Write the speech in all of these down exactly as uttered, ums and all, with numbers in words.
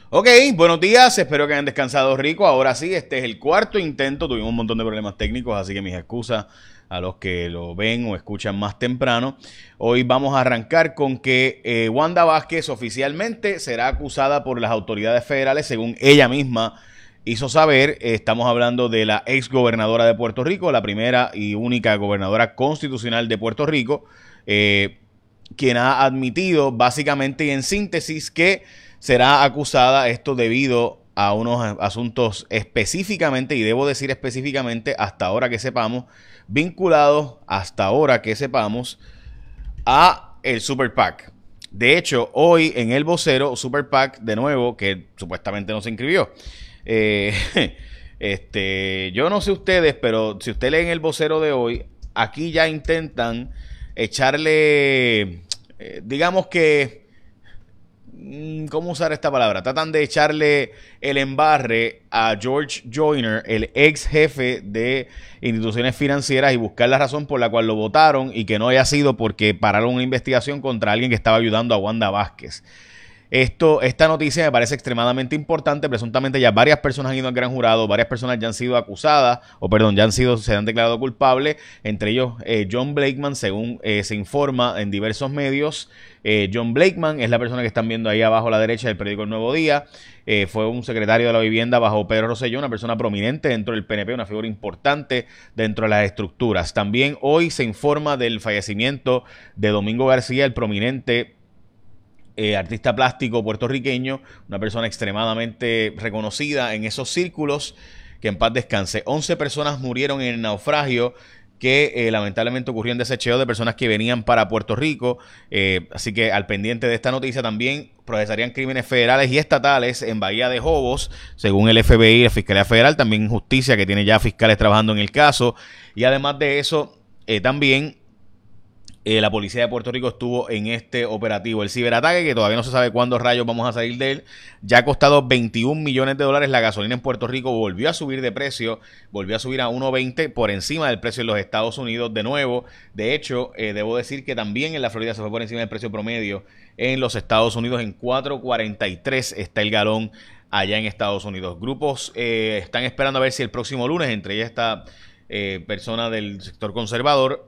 Ok, buenos días, espero que hayan descansado rico. Ahora sí, este es el cuarto intento, tuvimos un montón de problemas técnicos, así que mis excusas a los que lo ven o escuchan más temprano. Hoy vamos a arrancar con que eh, Wanda Vázquez oficialmente será acusada por las autoridades federales, según ella misma hizo saber. Estamos hablando de la ex gobernadora de Puerto Rico, la primera y única gobernadora constitucional de Puerto Rico, eh, quien ha admitido básicamente y en síntesis que será acusada, esto debido a unos asuntos específicamente, y debo decir específicamente hasta ahora que sepamos, vinculados hasta ahora que sepamos a el Super PAC. De hecho, hoy en El Vocero, Super PAC, de nuevo, que supuestamente no se inscribió. Eh, este, yo no sé ustedes, pero si usted lee en El Vocero de hoy, aquí ya intentan echarle, eh, digamos que, ¿cómo usar esta palabra? Tratan de echarle el embarre a George Joyner, el ex jefe de instituciones financieras, y buscar la razón por la cual lo votaron y que no haya sido porque pararon una investigación contra alguien que estaba ayudando a Wanda Vázquez. Esto, esta noticia me parece extremadamente importante. Presuntamente ya varias personas han ido al gran jurado, varias personas ya han sido acusadas, o perdón, ya han sido, se han declarado culpables, entre ellos eh, John Blakeman, según eh, se informa en diversos medios. Eh, John Blakeman es la persona que están viendo ahí abajo a la derecha del periódico El Nuevo Día. Eh, fue un secretario de la vivienda bajo Pedro Rosselló, una persona prominente dentro del P N P, una figura importante dentro de las estructuras. También hoy se informa del fallecimiento de Domingo García, el prominente Eh, artista plástico puertorriqueño, una persona extremadamente reconocida en esos círculos, que en paz descanse. once personas murieron en el naufragio que eh, lamentablemente ocurrió en desecheo de personas que venían para Puerto Rico, eh, así que al pendiente de esta noticia. También procesarían crímenes federales y estatales en Bahía de Jobos, según el F B I y la Fiscalía Federal, también Justicia, que tiene ya fiscales trabajando en el caso, y además de eso, eh, también Eh, la policía de Puerto Rico estuvo en este operativo. El ciberataque, que todavía no se sabe cuándo rayos vamos a salir de él, ya ha costado veintiún millones de dólares. La gasolina en Puerto Rico volvió a subir de precio, volvió a subir a uno veinte por encima del precio en los Estados Unidos de nuevo. De hecho, eh, debo decir que también en la Florida se fue por encima del precio promedio en los Estados Unidos. En cuatro cuarenta y tres está el galón allá en Estados Unidos. Grupos eh, están esperando a ver si el próximo lunes, entre ellas esta eh, persona del sector conservador,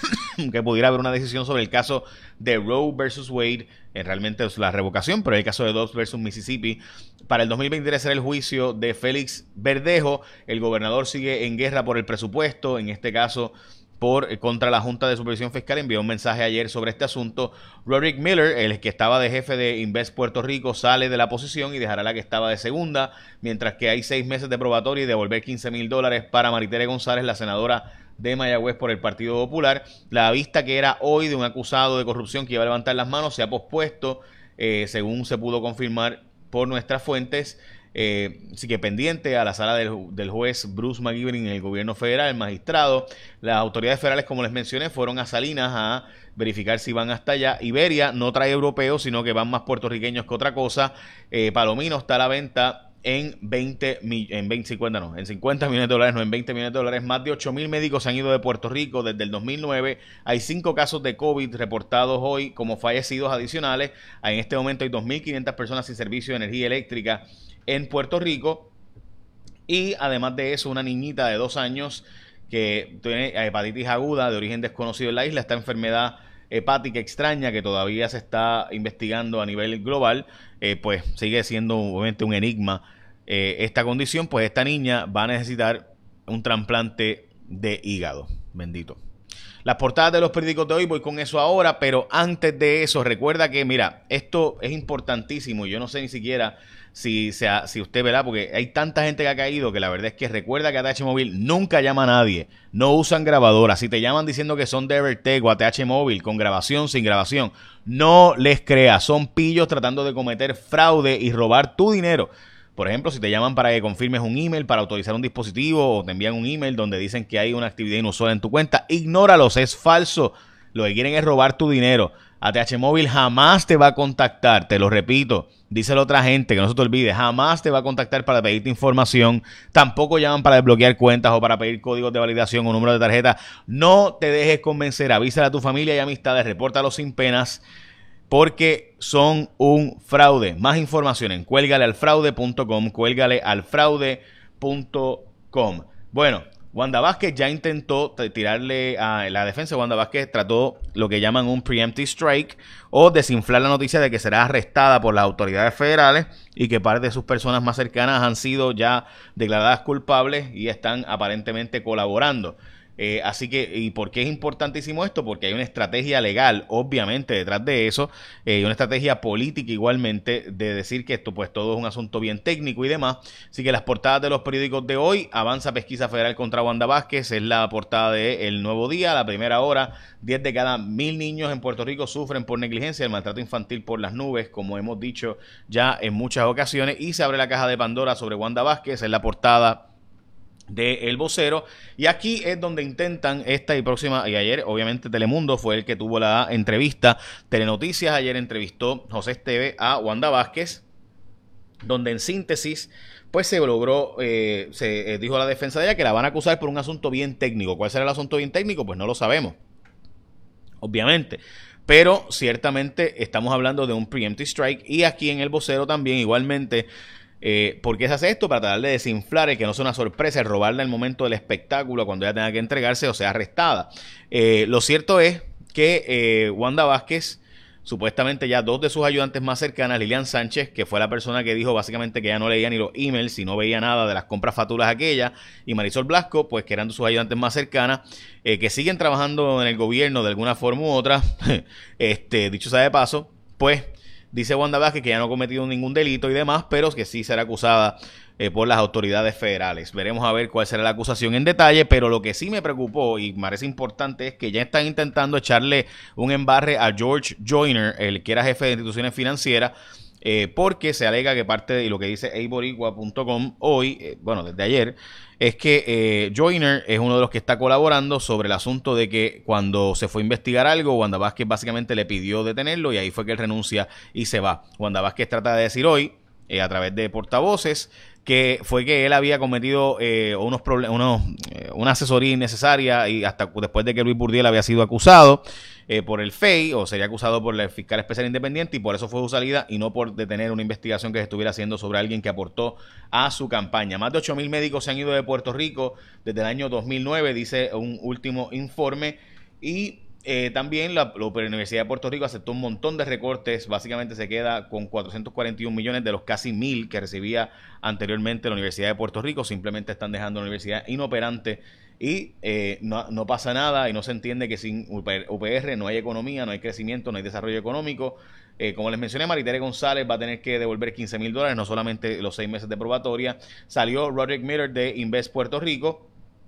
que pudiera haber una decisión sobre el caso de Roe versus Wade, eh, realmente es la revocación, pero el caso de Dobbs versus Mississippi. Para el dos mil veintitrés será el juicio de Félix Verdejo. El gobernador sigue en guerra por el presupuesto, en este caso por eh, contra la Junta de Supervisión Fiscal. Envió un mensaje ayer sobre este asunto. Roderick Miller, el que estaba de jefe de Invest Puerto Rico, sale de la posición y dejará la que estaba de segunda, mientras que hay seis meses de probatoria y devolver quince mil dólares para Maritere González, la senadora de Mayagüez por el Partido Popular. La vista que era hoy de un acusado de corrupción que iba a levantar las manos se ha pospuesto, eh, según se pudo confirmar por nuestras fuentes. Eh, así que pendiente a la sala del, del juez Bruce McGivern en el gobierno federal, el magistrado. Las autoridades federales, como les mencioné, fueron a Salinas a verificar si van hasta allá. Iberia no trae europeos, sino que van más puertorriqueños que otra cosa. eh, Palomino está a la venta en veinte, en veinte, cincuenta no, en cincuenta millones de dólares, no en veinte millones de dólares. Más de ocho mil médicos se han ido de Puerto Rico desde el dos mil nueve. Hay cinco casos de COVID reportados hoy como fallecidos adicionales. En este momento hay dos mil quinientas personas sin servicio de energía eléctrica en Puerto Rico. Y además de eso, una niñita de dos años que tiene hepatitis aguda de origen desconocido en la isla. Esta enfermedad hepática extraña que todavía se está investigando a nivel global, eh, pues sigue siendo obviamente un enigma. Eh, esta condición, pues esta niña va a necesitar un trasplante de hígado. Bendito. Las portadas de los periódicos de hoy, voy con eso ahora, pero antes de eso, recuerda que, mira, esto es importantísimo. Yo no sé ni siquiera si, sea, si usted verá, porque hay tanta gente que ha caído que la verdad es que recuerda que A T H Móvil nunca llama a nadie. No usan grabadoras. Si te llaman diciendo que son de Evertec o A T H Móvil, con grabación, sin grabación, no les creas. Son pillos tratando de cometer fraude y robar tu dinero. Por ejemplo, si te llaman para que confirmes un email, para autorizar un dispositivo, o te envían un email donde dicen que hay una actividad inusual en tu cuenta, ignóralos, es falso. Lo que quieren es robar tu dinero. A T H Móvil jamás te va a contactar, te lo repito, díselo a otra gente, que no se te olvide, jamás te va a contactar para pedirte información. Tampoco llaman para desbloquear cuentas o para pedir códigos de validación o número de tarjeta. No te dejes convencer, avísale a tu familia y amistades, repórtalo sin penas, porque son un fraude. Más información en cuélgale al fraude punto com, cuélgale al fraude punto com. Bueno, Wanda Vázquez ya intentó tirarle a la defensa. Wanda Vázquez trató lo que llaman un preemptive strike o desinflar la noticia de que será arrestada por las autoridades federales y que parte de sus personas más cercanas han sido ya declaradas culpables y están aparentemente colaborando. Eh, así que, ¿y por qué es importantísimo esto? Porque hay una estrategia legal, obviamente, detrás de eso, eh, y una estrategia política igualmente, de decir que esto, pues, todo es un asunto bien técnico y demás. Así que las portadas de los periódicos de hoy: avanza pesquisa federal contra Wanda Vázquez, es la portada de El Nuevo Día, la primera hora. diez de cada mil niños en Puerto Rico sufren por negligencia, el maltrato infantil por las nubes, como hemos dicho ya en muchas ocasiones, y se abre la caja de Pandora sobre Wanda Vázquez, es la portada de El Vocero, y aquí es donde intentan esta y próxima, y ayer obviamente Telemundo fue el que tuvo la entrevista. Telenoticias ayer entrevistó José Esteve a Wanda Vázquez, donde en síntesis pues se logró, eh, se eh, dijo la defensa de ella que la van a acusar por un asunto bien técnico. ¿Cuál será el asunto bien técnico? Pues no lo sabemos, obviamente, pero ciertamente estamos hablando de un preemptive strike, y aquí en El Vocero también igualmente. Eh, ¿Por qué se hace esto? Para tratar de desinflar el que no sea una sorpresa, el robarla en el momento del espectáculo cuando ella tenga que entregarse o sea arrestada. Eh, lo cierto es que eh, Wanda Vázquez, supuestamente ya dos de sus ayudantes más cercanas, Lilian Sánchez, que fue la persona que dijo básicamente que ya no leía ni los emails y no veía nada de las compras fatulas aquellas, y Marisol Blasco, pues que eran sus ayudantes más cercanas, eh, que siguen trabajando en el gobierno de alguna forma u otra, este, dicho sea de paso, pues dice Wanda Vázquez que ya no ha cometido ningún delito y demás, pero que sí será acusada eh, por las autoridades federales. Veremos a ver cuál será la acusación en detalle, pero lo que sí me preocupó y me parece importante es que ya están intentando echarle un embarre a George Joyner, el que era jefe de instituciones financieras, eh, porque se alega que parte de lo que dice a boricua punto com hoy, eh, bueno, desde ayer, es que eh, Joyner es uno de los que está colaborando sobre el asunto de que cuando se fue a investigar algo, Wanda Vázquez básicamente le pidió detenerlo y ahí fue que él renuncia y se va. Wanda Vázquez trata de decir hoy, eh, a través de portavoces, que fue que él había cometido eh, unos problemas, unos, eh, una asesoría innecesaria, y hasta después de que Luis Burdiel había sido acusado eh, por el F E I, o sería acusado por el fiscal especial independiente, y por eso fue su salida y no por detener una investigación que se estuviera haciendo sobre alguien que aportó a su campaña. Más de ocho mil médicos se han ido de Puerto Rico desde el año dos mil nueve, dice un último informe, y Eh, también la, la Universidad de Puerto Rico aceptó un montón de recortes. Básicamente se queda con cuatrocientos cuarenta y un millones de los casi mil que recibía anteriormente la Universidad de Puerto Rico. Simplemente están dejando la universidad inoperante y eh, no, no pasa nada, y no se entiende que sin U P R no hay economía, no hay crecimiento, no hay desarrollo económico. Eh, como les mencioné, Maritere González va a tener que devolver quince mil dólares, no solamente los seis meses de probatoria. Salió Roderick Miller de Invest Puerto Rico.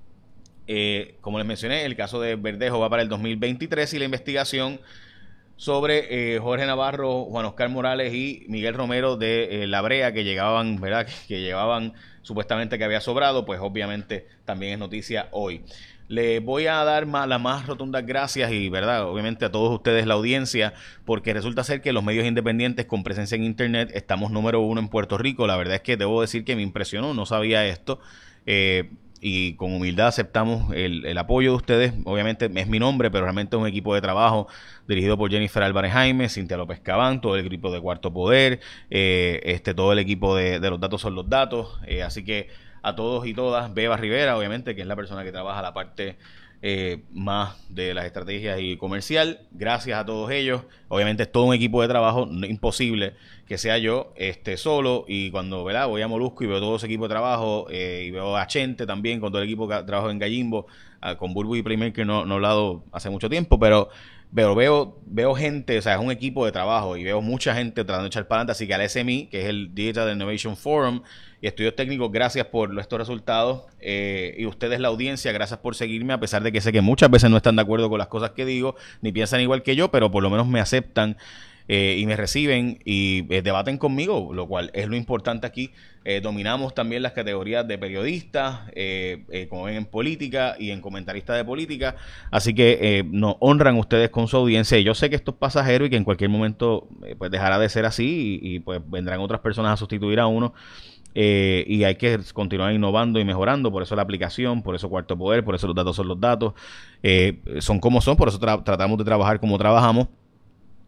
Eh, como les mencioné, el caso de Verdejo va para el dos mil veintitrés, y la investigación sobre eh, Jorge Navarro, Juan Oscar Morales y Miguel Romero de eh, La Brea, que llegaban, ¿verdad? Que llevaban supuestamente que había sobrado, pues obviamente también es noticia hoy. Le voy a dar más, las más rotundas gracias y, ¿verdad?, obviamente a todos ustedes, la audiencia, porque resulta ser que los medios independientes con presencia en internet estamos número uno en Puerto Rico. La verdad es que debo decir que me impresionó, no sabía esto. Eh, y con humildad aceptamos el, el apoyo de ustedes. Obviamente es mi nombre, pero realmente es un equipo de trabajo dirigido por Jennifer Álvarez Jaime, Cintia López Cabán, todo el equipo de Cuarto Poder, eh, este todo el equipo de, de Los Datos Son Los Datos. Eh, así que a todos y todas, Beba Rivera, obviamente, que es la persona que trabaja la parte eh, más de las estrategias y comercial. Gracias a todos ellos. Obviamente es todo un equipo de trabajo, no, imposible que sea yo este, solo. Y cuando, ¿verdad?, voy a Molusco y veo todo ese equipo de trabajo, eh, y veo a Chente también con todo el equipo que trabaja en Gallimbo, uh, con Burbu y Playmaker no, no he hablado hace mucho tiempo, pero Pero veo, veo gente, o sea, es un equipo de trabajo, y veo mucha gente tratando de echar para adelante. Así que al S M I, que es el Digital Innovation Forum, y Estudios Técnicos, gracias por estos resultados. Eh, y ustedes, la audiencia, gracias por seguirme, a pesar de que sé que muchas veces no están de acuerdo con las cosas que digo, ni piensan igual que yo, pero por lo menos me aceptan eh, y me reciben y eh, debaten conmigo, lo cual es lo importante aquí. Eh, dominamos también las categorías de periodistas, eh, eh, como ven, en política y en comentaristas de política. Así que eh, nos honran ustedes con su audiencia. Y yo sé que esto es pasajero y que en cualquier momento eh, pues dejará de ser así, y, y pues vendrán otras personas a sustituir a uno. Eh, y hay que continuar innovando y mejorando. Por eso la aplicación, por eso Cuarto Poder, por eso Los Datos Son Los Datos. Eh, son como son, por eso tra- tratamos de trabajar como trabajamos.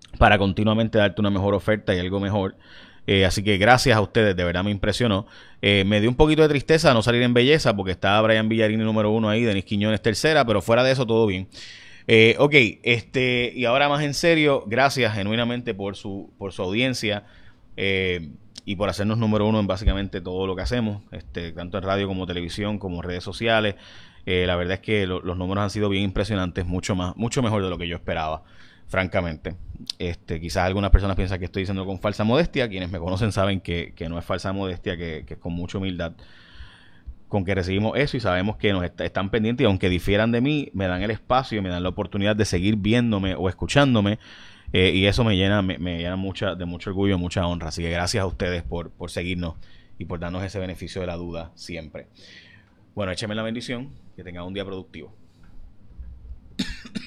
para continuamente darte una mejor oferta y algo mejor. Eh, así que gracias a ustedes, de verdad me impresionó. Eh, me dio un poquito de tristeza no salir en belleza porque estaba Brian Villarini número uno ahí, Denis Quiñones tercera, pero fuera de eso todo bien. Eh, ok, este, y ahora más en serio, gracias genuinamente por su, por su audiencia eh, y por hacernos número uno en básicamente todo lo que hacemos, este, tanto en radio como televisión, como redes sociales. Eh, la verdad es que lo, los números han sido bien impresionantes, mucho más, mucho mejor de lo que yo esperaba, francamente. Este, quizás algunas personas piensan que estoy diciendo con falsa modestia. Quienes me conocen saben que, que no es falsa modestia, que, que es con mucha humildad con que recibimos eso y sabemos que nos est están pendientes y aunque difieran de mí, me dan el espacio, me dan la oportunidad de seguir viéndome o escuchándome eh, y eso me llena, me, me llena mucha, de mucho orgullo y mucha honra. Así que gracias a ustedes por, por seguirnos y por darnos ese beneficio de la duda siempre. Bueno, écheme la bendición, que tengan un día productivo.